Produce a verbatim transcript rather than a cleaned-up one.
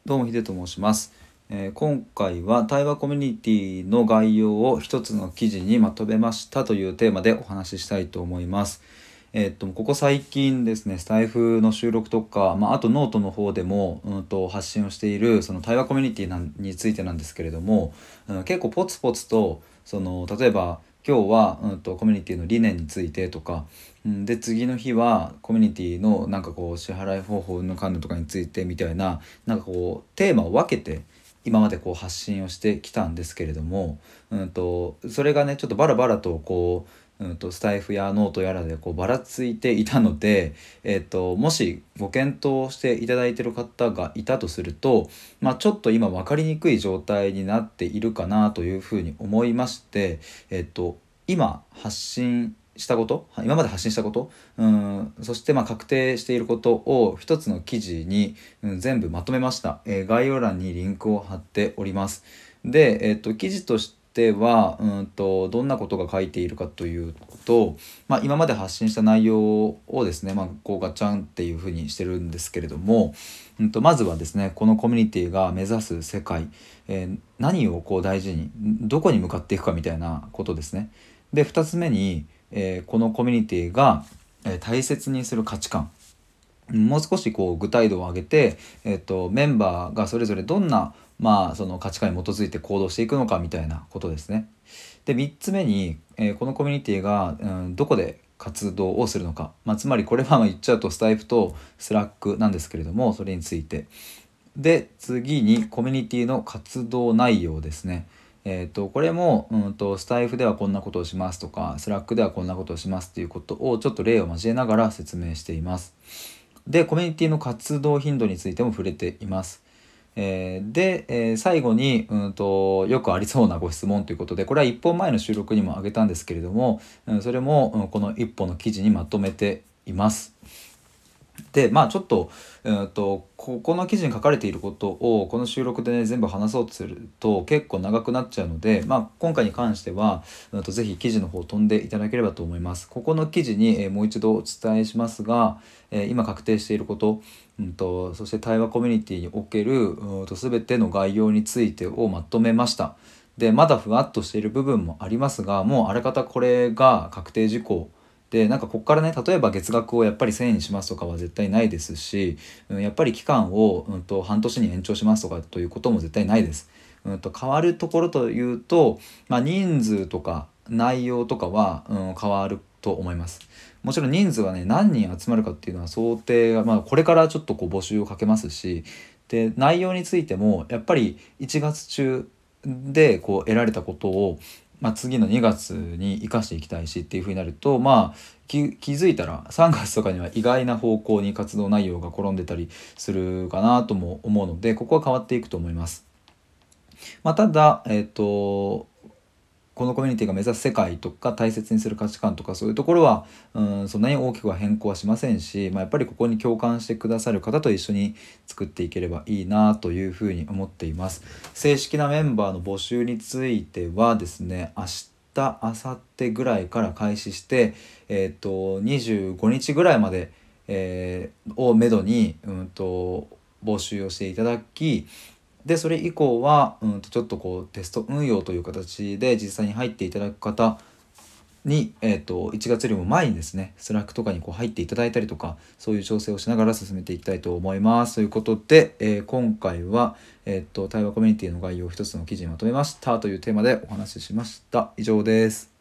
どうもヒデと申します、えー今回は対話コミュニティの概要を一つの記事にまとめましたというテーマでお話ししたいと思います。えーっとここ最近ですね、スタイフの収録とか、まあ、あとノートの方でも、うん、と発信をしているその対話コミュニティなんについてなんですけれども、うん、結構ポツポツとその例えば今日は、うん、とコミュニティの理念についてとか、うん、で次の日はコミュニティのなんかこう支払い方法の関連とかについてみたいな、なんかこうテーマを分けて今までこう発信をしてきたんですけれども、うんとそれがねちょっとバラバラとこう、うん、とスタイフやノートやらでこうばらついていたので、えっともしご検討していただいている方がいたとすると、まあ、ちょっと今分かりにくい状態になっているかなというふうに思いまして、えっと今発信したこと今まで発信したこと、うん、そしてまあ確定していることを一つの記事に、うん、全部まとめました、えー概要欄にリンクを貼っております。で、えっと記事としては、うんとどんなことが書いているかというと、まあ、今まで発信した内容をですね、まあ、こうガチャンっていうふうにしてるんですけれども、うんとまずはですね、このコミュニティが目指す世界、えー何をこう大事にどこに向かっていくかみたいなことですね。でふたつめに、えーこのコミュニティが、えー大切にする価値観、もう少しこう具体度を上げて、えーとメンバーがそれぞれどんな、まあ、その価値観に基づいて行動していくのかみたいなことですね。でみっつめに、えーこのコミュニティが、うん、どこで活動をするのか、まあ、つまりこれは言っちゃうとスタイフとスラックなんですけれども、それについて。で次にコミュニティの活動内容ですね。えー、とこれも、うん、とスタイフではこんなことをしますとかスラックではこんなことをしますっていうことをちょっと例を交えながら説明しています。でコミュニティの活動頻度についても触れています。えーで、えー最後に、うん、とよくありそうなご質問ということで、これはいっぽんまえの収録にも挙げたんですけれども、うん、それも、うんこのいっぽんの記事にまとめています。でまあちょっと,、えー、とここの記事に書かれていることをこの収録でね全部話そうとすると結構長くなっちゃうので、まあ、今回に関しては、うん、とぜひ記事の方飛んでいただければと思います。ここの記事に、えーもう一度お伝えしますが、えー今確定していること、うんと、そして対話コミュニティにおける、うん、と全ての概要についてをまとめました。でまだふわっとしている部分もありますが、もうあらかたこれが確定事項で、なんかここからね、例えば月額をやっぱりせんえんにしますとかは絶対ないですし、うん、やっぱり期間を、うん、と半年に延長しますとかということも絶対ないです。うん、と変わるところというと、まあ、人数とか内容とかは、うん、変わると思います。もちろん人数はね何人集まるかっていうのは想定が、まあ、これからちょっとこう募集をかけますし、で内容についてもやっぱりいちがつ中でこう得られたことを、まあ、次のにがつに生かしていきたいしっていう風になると、まあ気気づいたらさんがつとかには意外な方向に活動内容が転んでたりするかなとも思うので、ここは変わっていくと思います。まあ、ただ、えっとこのコミュニティが目指す世界とか大切にする価値観とかそういうところは、うん、そんなに大きくは変更はしませんし、まあ、やっぱりここに共感してくださる方と一緒に作っていければいいなというふうに思っています。正式なメンバーの募集についてはですね、明日明後日ぐらいから開始して、えっとにじゅうごにちぐらいまで、えーをめどに、うんと募集をしていただき、でそれ以降は、うん、とちょっとこうテスト運用という形で実際に入っていただく方に、えー、といちがつよりも前にですねスラックとかにこう入っていただいたりとか、そういう調整をしながら進めていきたいと思います。ということで、えー今回は、えー、と対話コミュニティの概要を一つの記事にまとめましたというテーマでお話ししました。以上です。